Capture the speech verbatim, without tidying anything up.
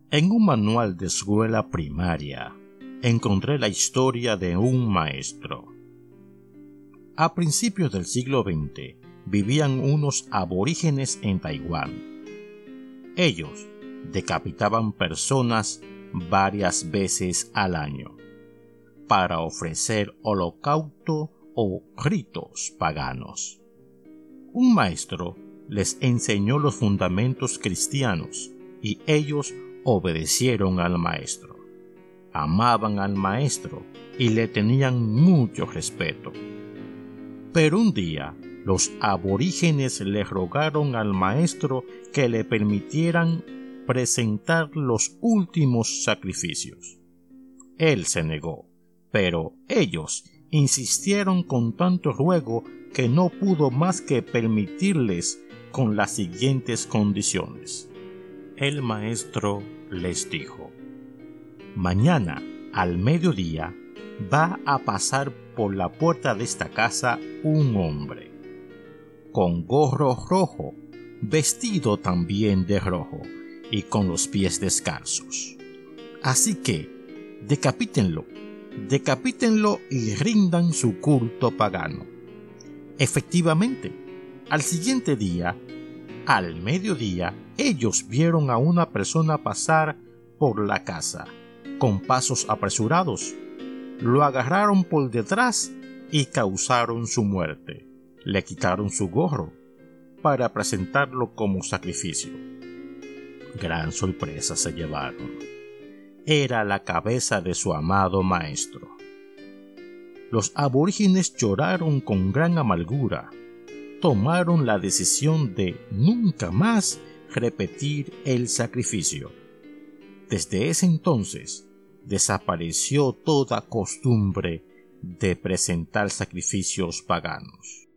En un manual de escuela primaria encontré la historia de un maestro. A principios del siglo veinte vivían unos aborígenes en Taiwán. Ellos decapitaban personas varias veces al año para ofrecer holocausto o ritos paganos. Un maestro les enseñó los fundamentos cristianos y ellos obedecieron al maestro. Amaban al maestro y le tenían mucho respeto. Pero un día, los aborígenes le rogaron al maestro que le permitieran presentar los últimos sacrificios. Él se negó, pero ellos insistieron con tanto ruego que no pudo más que permitirles con las siguientes condiciones. El maestro les dijo: mañana, al mediodía, va a pasar por la puerta de esta casa un hombre, con gorro rojo, vestido también de rojo, y con los pies descalzos. Así que, decapítenlo, decapítenlo y rindan su culto pagano. Efectivamente, al siguiente día, al mediodía, ellos vieron a una persona pasar por la casa, con pasos apresurados. Lo agarraron por detrás y causaron su muerte. Le quitaron su gorro para presentarlo como sacrificio. Gran sorpresa se llevaron. Era la cabeza de su amado maestro. Los aborígenes lloraron con gran amargura. Tomaron la decisión de nunca más repetir el sacrificio. Desde ese entonces, desapareció toda costumbre de presentar sacrificios paganos.